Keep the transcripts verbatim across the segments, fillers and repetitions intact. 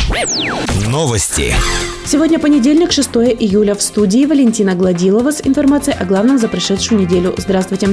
Новости. Сегодня понедельник, шестое июля. В студии Валентина Гладилова с информацией о главном за прошедшую неделю. Здравствуйте.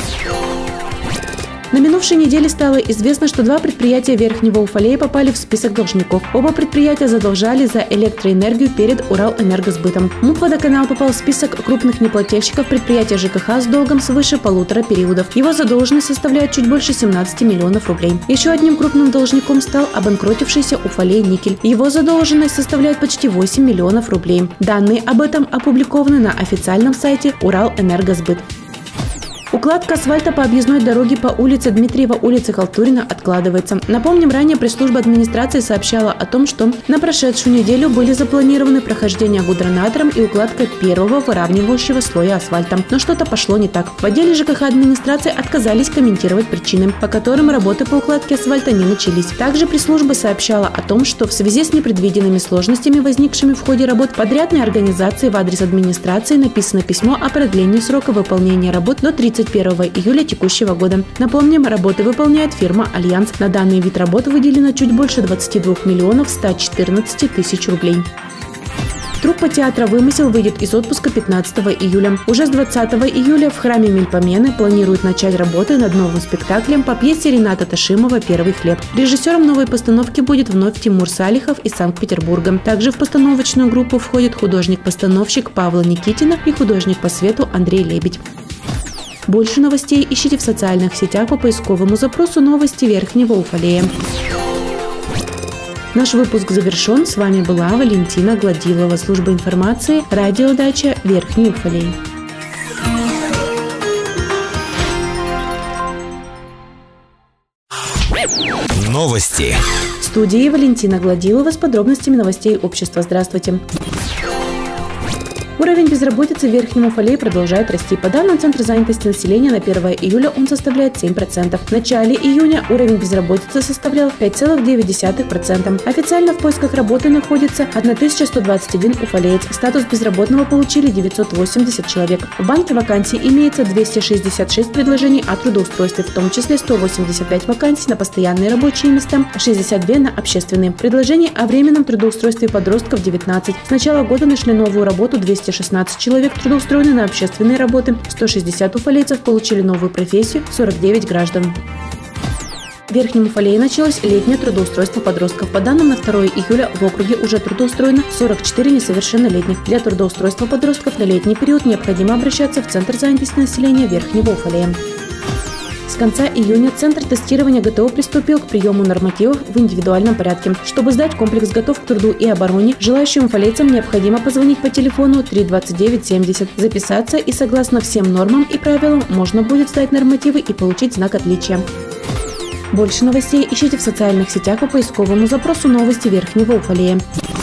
На минувшей неделе стало известно, что два предприятия Верхнего Уфалея попали в список должников. Оба предприятия задолжали за электроэнергию перед Уралэнергосбытом. МУП «Водоканал» попал в список крупных неплательщиков предприятия ЖКХ с долгом свыше полутора периодов. Его задолженность составляет чуть больше семнадцати миллионов рублей. Еще одним крупным должником стал обанкротившийся Уфалей-Никель. Его задолженность составляет почти восемь миллионов рублей. Данные об этом опубликованы на официальном сайте Уралэнергосбыт. Укладка асфальта по объездной дороге по улице Дмитриева, улице Халтурина откладывается. Напомним, ранее пресс-служба администрации сообщала о том, что на прошедшую неделю были запланированы прохождение гудронатором и укладка первого выравнивающего слоя асфальта. Но что-то пошло не так. В отделе ЖКХ администрации отказались комментировать причины, по которым работы по укладке асфальта не начались. Также пресс-служба сообщала о том, что в связи с непредвиденными сложностями, возникшими в ходе работ подрядной организации, в адрес администрации написано письмо о продлении срока выполнения работ до тридцать первого июля текущего года. Напомним, работы выполняет фирма «Альянс». На данный вид работ выделено чуть больше двадцати двух миллионов ста четырнадцати тысяч рублей. Труппа театра «Вымысел» выйдет из отпуска пятнадцатого июля. Уже с двадцатого июля в храме Мельпомены планируют начать работы над новым спектаклем по пьесе Рената Ташимова «Первый хлеб». Режиссером новой постановки будет вновь Тимур Салихов из Санкт-Петербурга. Также в постановочную группу входит художник-постановщик Павла Никитина и художник по свету Андрей Лебедь. Больше новостей ищите в социальных сетях по поисковому запросу «Новости Верхнего Уфалея». Наш выпуск завершен. С вами была Валентина Гладилова, служба информации, радиодача Верхний Уфалей. Новости. В студии Валентина Гладилова с подробностями новостей общества. Здравствуйте. Уровень безработицы в Верхнем Уфалее продолжает расти. По данным Центра занятости населения на первое июля он составляет семь процентов. В начале июня уровень безработицы составлял пять целых девять десятых процента. Официально в поисках работы находится тысяча сто двадцать один уфалеец. Статус безработного получили девятьсот восемьдесят человек. В банке вакансий имеется двести шестьдесят шесть предложений о трудоустройстве, в том числе сто восемьдесят пять вакансий на постоянные рабочие места, шестьдесят две на общественные. Предложений о временном трудоустройстве подростков девятнадцать. С начала года нашли новую работу двести шестнадцать человек, трудоустроены на общественные работы, сто шестьдесят уфалейцев получили новую профессию, сорок девять граждан. В Верхнем Уфалее началось летнее трудоустройство подростков. По данным на второе июля в округе уже трудоустроено сорок четыре несовершеннолетних. Для трудоустройства подростков на летний период необходимо обращаться в Центр занятости населения Верхнего Уфалея. С конца июня Центр тестирования ГТО приступил к приему нормативов в индивидуальном порядке. Чтобы сдать комплекс «Готов к труду и обороне», желающим уфалейцам необходимо позвонить по телефону три двадцать девять семьдесят, записаться, и согласно всем нормам и правилам можно будет сдать нормативы и получить знак отличия. Больше новостей ищите в социальных сетях по поисковому запросу «Новости Верхнего Уфалея».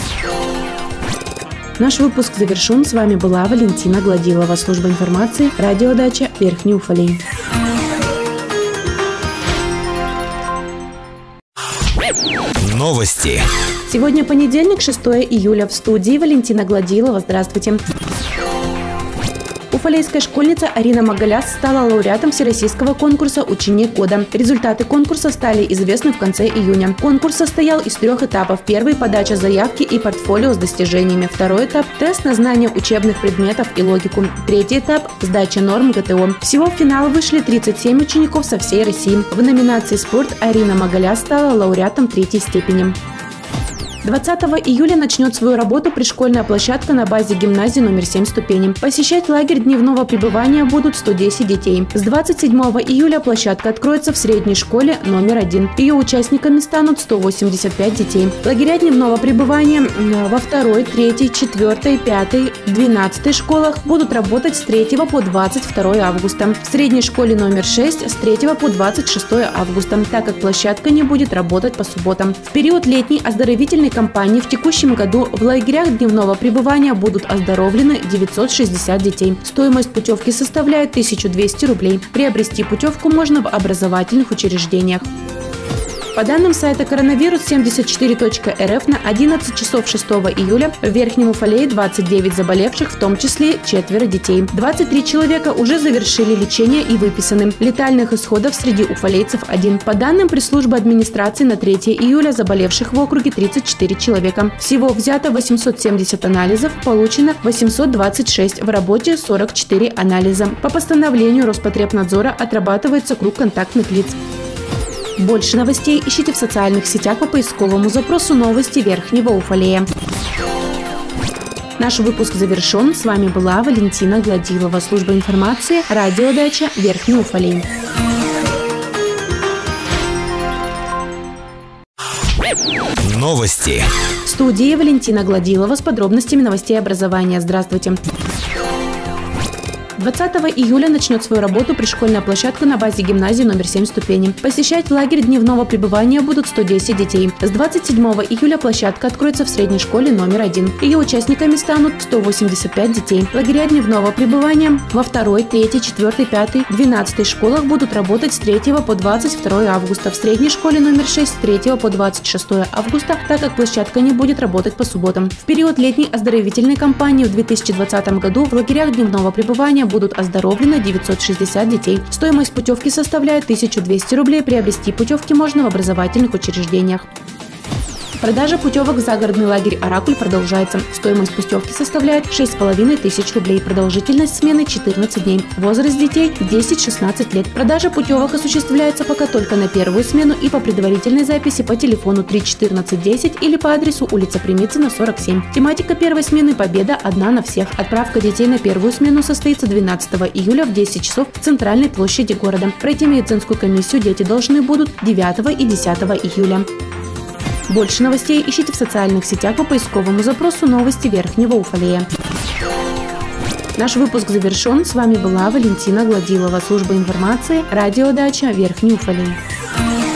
Наш выпуск завершен. С вами была Валентина Гладилова, служба информации, радиодача Верхний Уфалей. Новости. Сегодня понедельник, шестое июля. В студии Валентина Гладилова. Здравствуйте. Уфалейская школьница Арина Магаляс стала лауреатом всероссийского конкурса «Ученик года». Результаты конкурса стали известны в конце июня. Конкурс состоял из трех этапов. Первый – подача заявки и портфолио с достижениями. Второй этап – тест на знание учебных предметов и логику. Третий этап – сдача норм ГТО. Всего в финал вышли тридцать семь учеников со всей России. В номинации «Спорт» Арина Магаляс стала лауреатом третьей степени. двадцатого июля начнет свою работу пришкольная площадка на базе гимназии номер семь «Ступени». Посещать лагерь дневного пребывания будут сто десять детей. С двадцать седьмого июля площадка откроется в средней школе номер один. Ее участниками станут сто восемьдесят пять детей. Лагеря дневного пребывания во второй, третьей, четвертой, пятой, двенадцатой школах будут работать с третьего по двадцать второе августа. В средней школе номер шесть с третьего по двадцать шестое августа, так как площадка не будет работать по субботам. В период летней оздоровительной компании в текущем году в лагерях дневного пребывания будут оздоровлены девятьсот шестьдесят детей. Стоимость путевки составляет тысячу двести рублей. Приобрести путевку можно в образовательных учреждениях. По данным сайта коронавирус семьдесят четыре точка эр эф на одиннадцать часов шестого июля в Верхнем Уфалее двадцать девять заболевших, в том числе четверо детей. двадцать три человека уже завершили лечение и выписаны. Летальных исходов среди уфалейцев один. По данным пресс-службы администрации на третье июля заболевших в округе тридцать четыре человека. Всего взято восемьсот семьдесят анализов, получено восемьсот двадцать шесть, в работе сорок четыре анализа. По постановлению Роспотребнадзора отрабатывается круг контактных лиц. Больше новостей ищите в социальных сетях по поисковому запросу «Новости Верхнего Уфалея». Наш выпуск завершен. С вами была Валентина Гладилова, служба информации, радиодача Верхний Уфалей. Новости. В студии Валентина Гладилова с подробностями новостей образования. Здравствуйте. двадцатого июля начнет свою работу пришкольная площадка на базе гимназии номер семь ступени. Посещать лагерь дневного пребывания будут сто десять детей. С двадцать седьмого июля площадка откроется в средней школе номер один. Ее участниками станут сто восемьдесят пять детей. Лагеря дневного пребывания во второй, третьей, четвёртой, пятой, двенадцатой школах будут работать с третьего по двадцать второе августа. В средней школе номер шесть с третьего по двадцать шестое августа, так как площадка не будет работать по субботам. В период летней оздоровительной кампании в две тысячи двадцатом году в лагерях дневного пребывания будут оздоровлены девятьсот шестьдесят детей. Стоимость путевки составляет тысячу двести рублей. Приобрести путевки можно в образовательных учреждениях. Продажа путевок в загородный лагерь «Оракуль» продолжается. Стоимость путевки составляет шесть с половиной тысяч рублей. Продолжительность смены четырнадцать дней. Возраст детей десять-шестнадцать лет. Продажа путевок осуществляется пока только на первую смену и по предварительной записи по телефону три четырнадцать десять или по адресу улица Примицына, сорок семь. Тематика первой смены «Победа одна на всех». Отправка детей на первую смену состоится двенадцатого июля в десять часов в центральной площади города. Пройти медицинскую комиссию дети должны будут девятого и десятого июля. Больше новостей ищите в социальных сетях по поисковому запросу «Новости Верхнего Уфалея». Наш выпуск завершен. С вами была Валентина Гладилова, служба информации, радиодача Верхний Уфалей.